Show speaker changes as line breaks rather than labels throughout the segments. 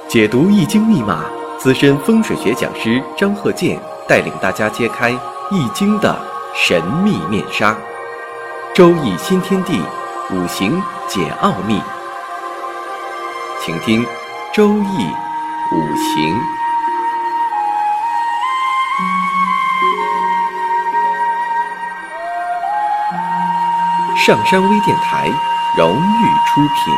解读易经密码，资深风水学讲师张鹤剑带领大家揭开易经的神秘面纱。周易新天地，五行解奥秘。请听周易五行。上山微电台荣誉出品。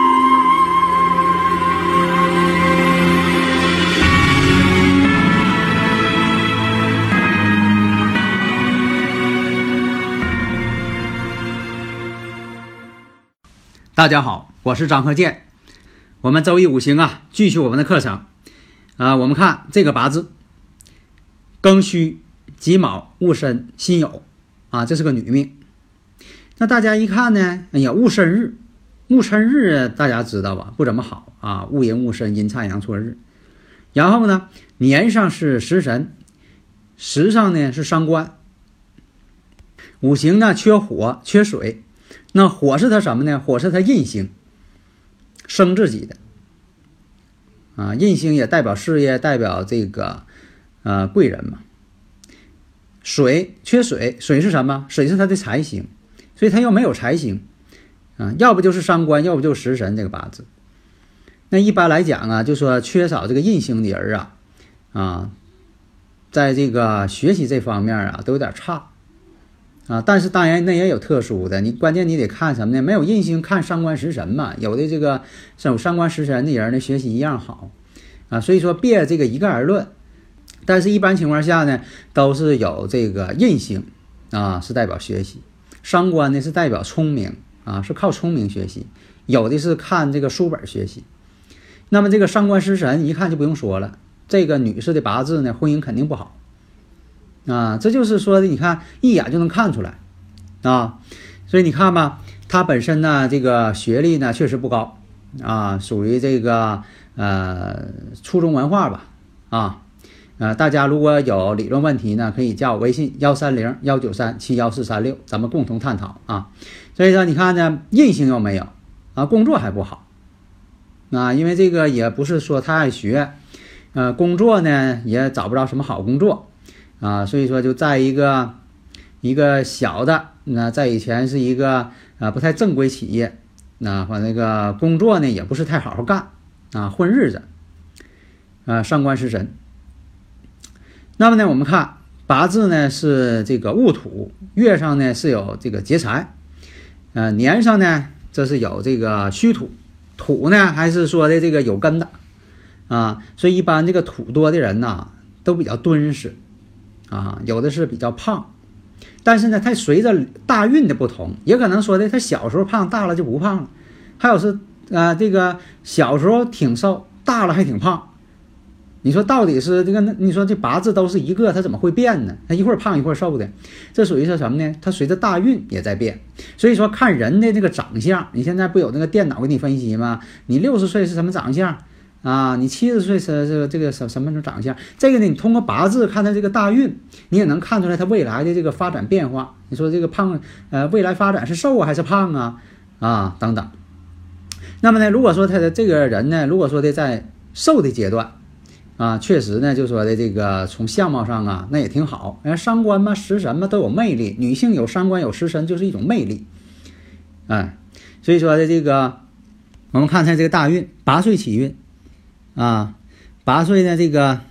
大家好，我是张鹤剑。我们周易五行继续我们的课程我们看这个八字：庚戌、己卯、戊申、辛酉这是个女命。那大家一看呢，哎呀，戊申日，戊申日大家知道吧，不怎么好戊寅戊申，阴差阳错日。然后呢，年上是食神，时上呢是伤官。五行呢缺火缺水，那火是它什么呢？火是它印星，生自己的印星也代表事业，代表这个贵人嘛。水缺水，水是什么？水是它的财星，所以它又没有财星要不就是伤官，要不就是食神这个八字。那一般来讲就说缺少这个印星的人在这个学习这方面都有点差但是当然那也有特殊的，你关键你得看什么呢？没有印星看伤官食神嘛，有的这个有伤官食神的人呢，学习一样好所以说别这个一概而论。但是一般情况下呢，都是有这个印星是代表学习，伤官呢是代表聪明是靠聪明学习，有的是看这个书本学习。那么这个伤官食神一看就不用说了，这个女士的八字呢，婚姻肯定不好这就是说的，你看一眼就能看出来所以你看吧，她本身呢这个学历呢确实不高属于这个初中文化吧大家如果有理论问题呢，可以加我微信130-193-71436，咱们共同探讨所以说你看呢，印星又没有工作还不好因为这个也不是说太爱学工作呢也找不着什么好工作所以说就在一个小的在以前是一个不太正规企业反正个工作呢也不是太好好干混日子伤官食神。那么呢我们看八字呢是这个戊土，月上呢是有这个劫财年上呢这是有这个戌土，土呢还是说的这个有根的所以一般这个土多的人都比较敦实有的是比较胖，但是呢它随着大运的不同，也可能说的他小时候胖，大了就不胖了，还有是这个小时候挺瘦，大了还挺胖。你说到底是这个，你说这八字都是一个，它怎么会变呢？它一会儿胖一会儿瘦的，这属于是什么呢？它随着大运也在变。所以说看人的这个长相，你现在不有那个电脑给你分析吗？你60岁是什么长相你70岁是这个什么长相？这个呢，你通过八字看它这个大运，你也能看出来它未来的这个发展变化。你说这个胖未来发展是瘦还是胖等等。那么呢，如果说他的这个人呢，如果说的在瘦的阶段确实呢，就说的这个从相貌上那也挺好。伤官嘛食神嘛都有魅力，女性有伤官有食神就是一种魅力所以说的这个我们看看这个大运8岁起运8岁呢这个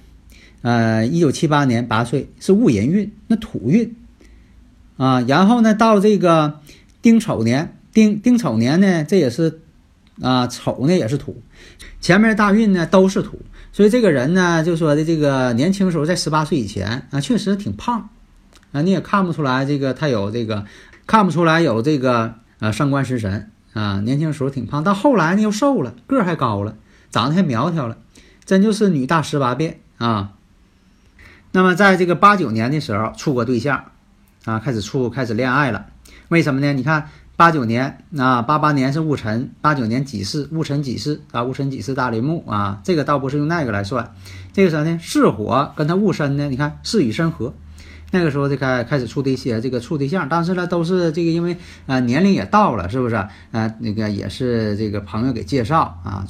1978年8岁是戊寅运，那土运然后呢到这个丁丑年，丁丑年呢这也是丑呢也是土，前面大运呢都是土，所以这个人呢就说的这个年轻时候在18岁以前确实挺胖你也看不出来这个他有这个看不出来有这个伤官食神年轻时候挺胖，到后来呢又瘦了，个儿还高了，长得还苗条了，真就是女大18变那么在这个89年的时候处过对象开始恋爱了。为什么呢？你看89年88年是戊辰，89年己巳，戊辰己巳戊辰己巳大陵墓这个倒不是用那个来算，这个啥呢？巳火跟他戊申呢，你看巳与申合，那个时候就开始处对象，但是呢都是这个因为年龄也到了，是不是那个也是这个朋友给介绍处。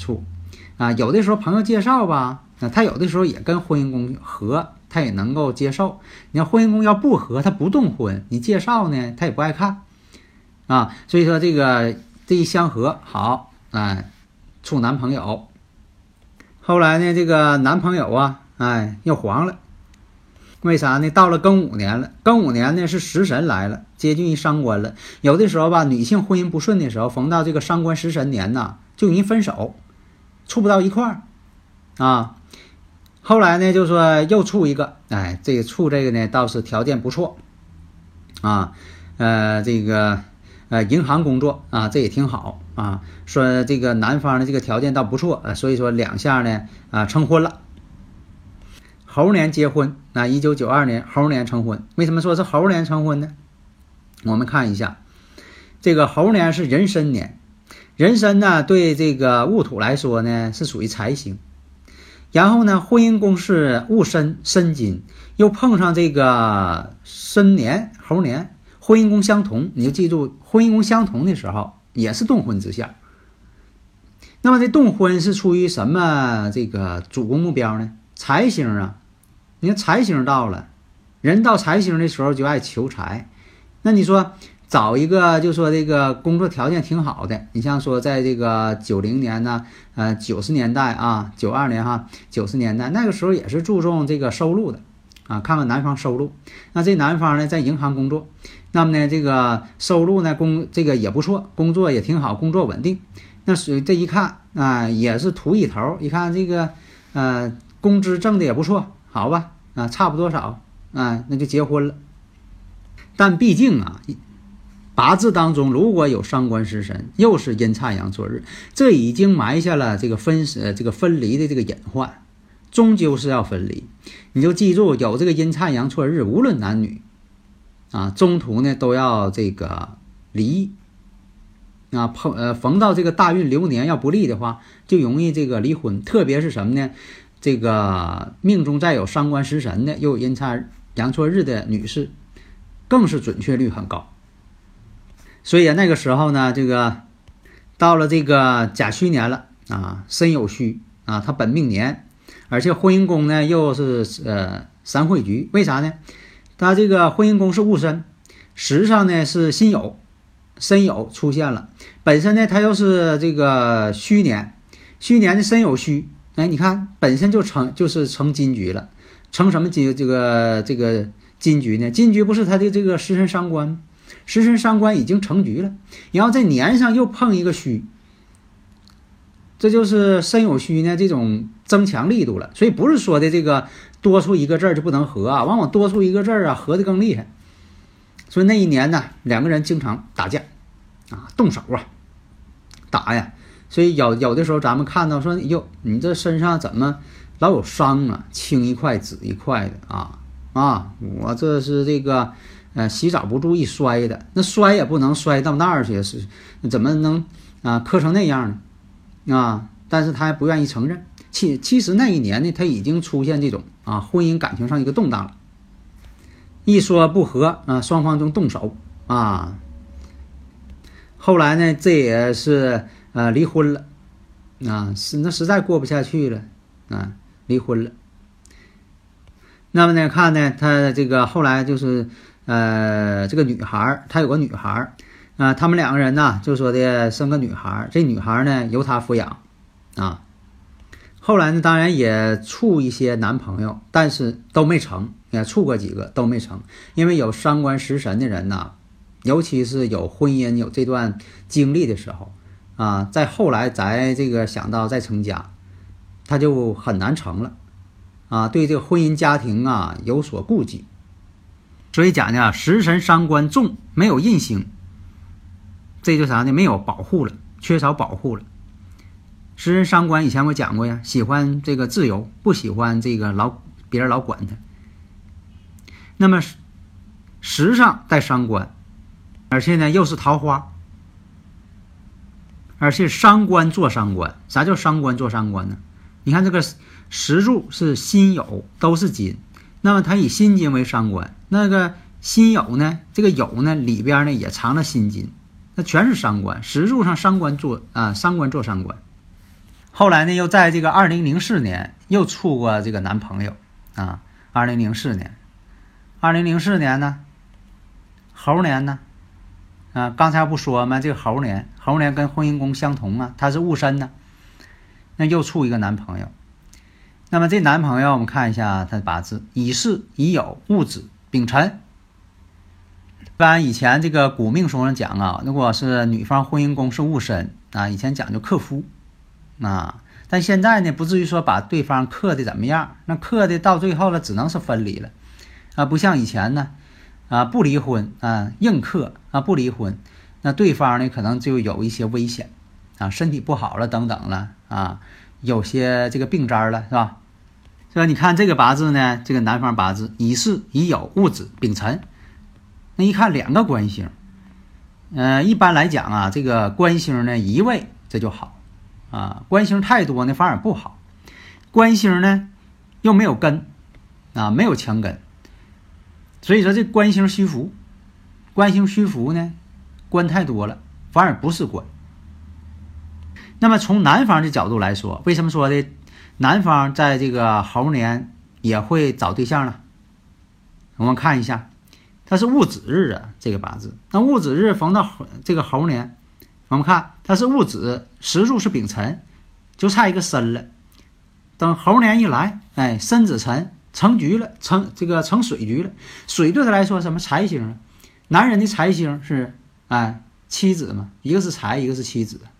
啊，有的时候朋友介绍吧，他有的时候也跟婚姻宫合，他也能够接受。你要婚姻宫要不合，他不动婚，你介绍呢，他也不爱看啊。所以说这一相合好，处男朋友。后来呢，这个男朋友啊，又黄了。为啥呢？到了庚午年了，庚午年呢是食神来了，接近于伤官了。有的时候吧，女性婚姻不顺的时候，逢到这个伤官食神年呐，就容易分手，处不到一块儿啊。后来呢，就说又处一个，这个处这个呢倒是条件不错啊，这个银行工作啊，这也挺好啊。说这个男方的这个条件倒不错，所以说两下呢成婚了。猴年结婚，1992年猴年成婚。为什么说是猴年成婚呢？我们看一下，这个猴年是壬申年，壬申呢对这个戊土来说呢是属于财星，然后呢婚姻宫是戊申申金，又碰上这个申年猴年，婚姻宫相同，你就记住婚姻宫相同的时候也是动婚之象。那么这动婚是出于什么这个主攻目标呢？财星啊，你看财星到了，人到财星的时候就爱求财。那你说找一个就说这个工作条件挺好的，你像说在这个90年呢90年代啊，92年90年代那个时候也是注重这个收入的啊，看看男方收入。那这男方呢在银行工作，那么呢这个收入呢这个也不错，工作也挺好，工作稳定。那这一看也是图一头，一看这个工资挣的也不错，好吧差不多少那就结婚了。但毕竟八字当中如果有伤官食神，又是阴差阳错日，这已经埋下了这个分离的这个隐患，终究是要分离。你就记住，有这个阴差阳错日，无论男女中途呢都要这个离异逢到这个大运流年要不利的话，就容易这个离婚。特别是什么呢？这个命中再有伤官食神的，又有阴差阳错日的女士，更是准确率很高。所以那个时候呢，这个到了这个甲戌年了申酉戌他本命年，而且婚姻宫呢又是三会局。为啥呢？他这个婚姻宫是戊申，实际上呢是辛酉，申酉出现了。本身呢它又是这个戌年，戌年的申酉戌，你看本身就是成金局了。成什么金？这个金局呢？金局不是他的这个食神伤官，食神伤官已经成局了，然后在年上又碰一个戌，这就是申酉戌呢这种增强力度了。所以不是说的这个多出一个字就不能合往往多出一个字合得更厉害。所以那一年呢，两个人经常打架动手打呀。所以有的时候咱们看到说，哟，你这身上怎么老有伤青一块紫一块的我这是这个洗澡不注意摔的。那摔也不能摔到那儿去，是怎么能磕成那样呢但是他还不愿意承认。其实那一年呢，他已经出现这种婚姻感情上一个动荡了。一说不和双方就动手后来呢，这也是离婚了那实在过不下去了离婚了。那么呢，看呢，他这个后来就是这个女孩，他有个女孩他们两个人呢就说的生个女孩，这女孩呢由他抚养后来呢，当然也处一些男朋友，但是都没成，也处过几个都没成。因为有伤官食神的人尤其是有婚姻有这段经历的时候在后来咱这个想到再成家，他就很难成了对这个婚姻家庭有所顾忌。所以讲呢，食神伤官重，没有印星，这就啥呢？没有保护了，缺少保护了。食神伤官以前我讲过呀，喜欢这个自由，不喜欢这个别人老管他。那么时上带伤官，而且呢又是桃花，而且伤官做伤官。啥叫伤官做伤官呢？你看这个时柱是辛酉，都是金，那么它以辛金为伤官，那个辛酉呢，这个酉呢里边呢也藏了辛金，那全是伤官。时柱上伤官做伤官。 后来呢，又在这个2004年又处过这个男朋友啊。2004年呢，猴年呢，刚才不说吗？这个猴年跟婚姻宫相同啊，它是戊申呢，那又处一个男朋友。那么这男朋友我们看一下他的八字，乙巳、乙酉、戊子、丙辰。一般以前这个古命书上讲啊，如果是女方婚姻宫是戊申啊，以前讲究克夫啊，但现在呢不至于说把对方克的怎么样，那克的到最后了只能是分离了啊，不像以前呢不离婚啊，硬克啊不离婚，那对方呢可能就有一些危险啊，身体不好了等等了啊，有些这个病灾了，是吧？所以你看这个八字呢，这个男方八字乙巳、乙酉、戊子、丙辰，那一看两个官星，一般来讲啊，这个官星呢一位这就好啊，官星太多呢反而不好，官星呢又没有根啊，没有强根，所以说这官星虚浮，呢，官太多了反而不是官。那么从男方的角度来说，为什么说的男方在这个猴年也会找对象呢？我们看一下，它是戊子日啊，这个八字。那戊子日逢到这个猴年，我们看它是戊子，时柱是丙辰，就差一个申了。等猴年一来，申子辰成局了，成水局了。水对他来说什么财星啊？男人的财星是妻子嘛，一个是财，一个是妻子。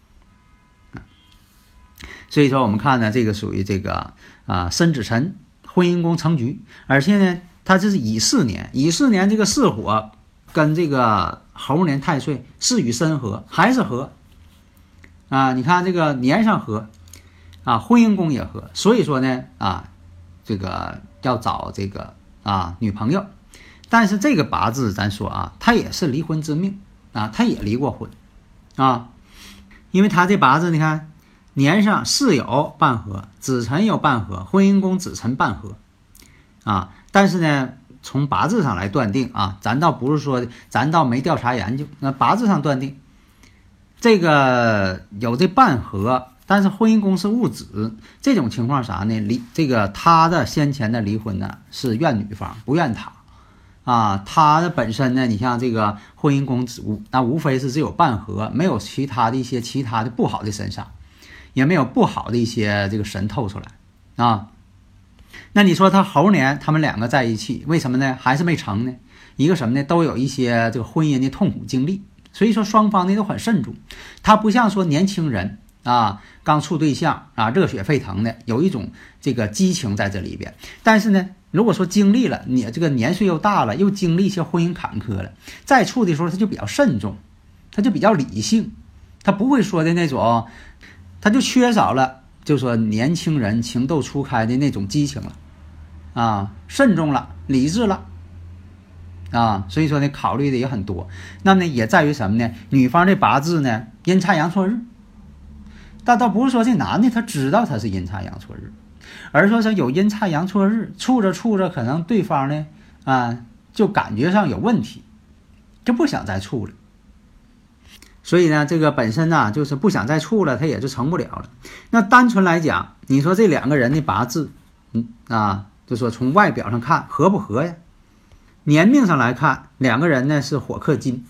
所以说我们看呢，这个属于这个申子辰婚姻宫成局，而且呢它这是乙巳年，这个巳火跟这个猴年太岁巳与申合，还是合你看这个年上合婚姻宫也合，所以说呢这个要找这个女朋友。但是这个八字咱说他也是离婚之命他也离过婚因为他这八字你看年上巳酉半合，子辰又半合，婚姻宫子辰半合但是呢从八字上来断定咱倒不是说咱倒没调查研究，那八字上断定这个有这半合，但是婚姻宫是戊子，这种情况啥呢？这个他的先前的离婚呢是怨女方不怨他他的本身呢，你像这个婚姻宫子戊，那无非是只有半合，没有其他的不好的身上，也没有不好的一些这个神透出来那你说他猴年他们两个在一起，为什么呢？还是没成呢？一个什么呢？都有一些这个婚姻的痛苦经历，所以说双方呢都很慎重。他不像说年轻人刚处对象热血沸腾的，有一种这个激情在这里边。但是呢，如果说经历了，你这个年岁又大了，又经历一些婚姻坎坷了，再处的时候他就比较慎重，他就比较理性，他不会说的那种，他就缺少了就说年轻人情窦初开的那种激情了慎重了，理智了所以说呢考虑的也很多。那么呢也在于什么呢？女方这八字呢阴差阳错日，但倒不是说这男的他知道他是阴差阳错日，而说是有阴差阳错日，处着可能对方呢就感觉上有问题，就不想再处了。所以呢这个本身就是不想再处了，他也就成不了了。那单纯来讲，你说这两个人的八字就说从外表上看合不合呀？年命上来看，两个人呢是火克金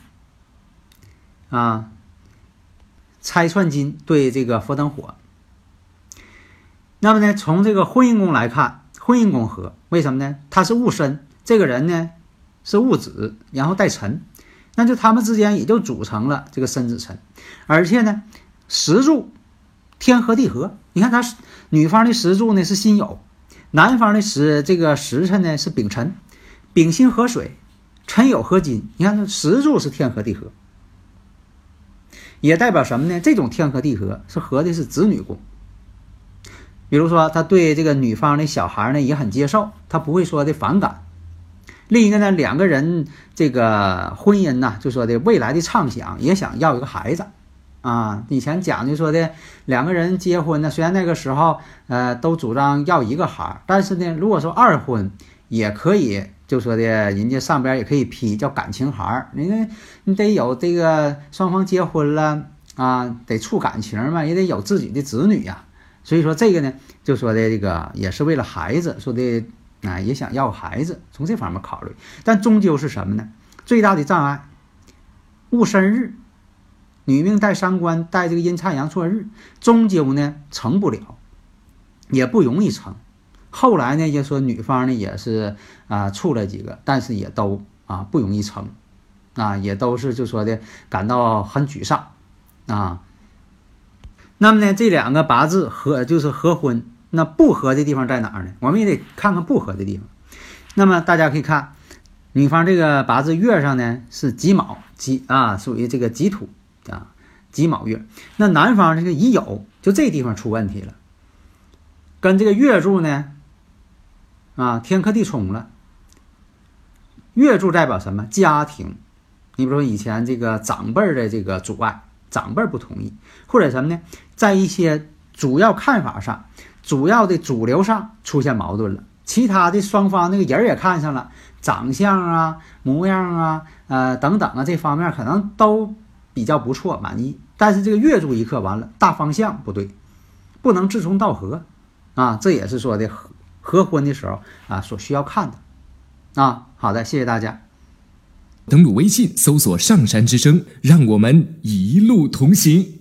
拆穿金对这个佛灯火。那么呢从这个婚姻宫来看，婚姻宫合，为什么呢？他是戊申，这个人呢是戊子，然后带辰，那就他们之间也就组成了这个申子辰。而且呢时柱天合地合，你看他女方的时柱呢是辛酉，男方的这个时辰呢是丙辰，丙辛合水，辰酉合金，你看时柱是天合地合，也代表什么呢？这种天合地合是合的是子女宫，比如说他对这个女方的小孩呢也很接受，他不会说的反感。另一个呢，两个人这个婚姻呢就说的未来的畅想，也想要一个孩子以前讲就说的两个人结婚呢，虽然那个时候都主张要一个孩，但是呢如果说二婚也可以，就说的人家上边也可以批叫感情孩，你得有这个双方结婚了啊，得处感情嘛，也得有自己的子女呀。所以说这个呢，就说的这个也是为了孩子，说的啊也想要孩子，从这方面考虑。但终究是什么呢？最大的障碍，戊申日，女命带伤官，带这个阴差阳错日，终究呢成不了，也不容易成。后来呢，也说女方呢也是处了几个，但是也都不容易成，也都是就说的感到很沮丧啊。那么呢，这两个八字就是合婚，那不合的地方在哪儿呢？我们也得看看不合的地方。那么大家可以看，女方这个八字月上呢是己卯，属于这个己土己卯月。那男方这个乙酉，就这地方出问题了，跟这个月柱呢天克地冲了。月柱代表什么？家庭。你比如说以前这个长辈的这个阻碍，长辈不同意，或者什么呢，在一些主要看法上，主要的主流上出现矛盾了，其他的双方那个人也看上了，长相模样等等这方面可能都比较不错，满意，但是这个月柱一刻完了，大方向不对，不能志同道合这也是说的合婚的时候所需要看的好的，谢谢大家。
登录微信搜索上山之声，让我们一路同行。